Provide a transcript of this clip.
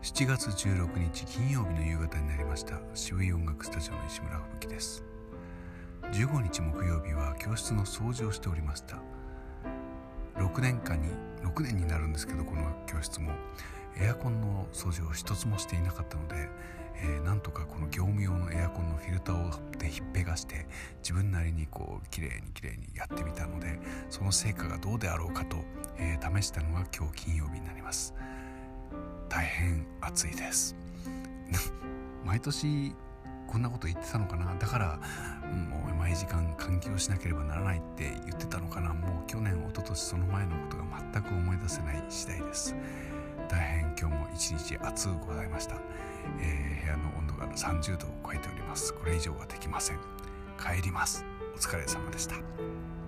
7月16日金曜日の夕方になりました。渋谷音楽スタジオの石村吹雪です。15日木曜日は教室の掃除をしておりました。6年になるんですけど、この教室もエアコンの掃除を一つもしていなかったので、なんとかこの業務用のエアコンのフィルターをひっぺがして自分なりにきれいにやってみたので、その成果がどうであろうかと、試したのが今日金曜日になります。大変暑いです毎年こんなこと言ってたのかな。だからもう毎時間換気をしなければならないって言ってたのかな。もう去年一昨年その前のことが全く思い出せない次第です。大変今日も一日暑うございました。部屋の温度が30度を超えております。これ以上はできません。帰ります。お疲れ様でした。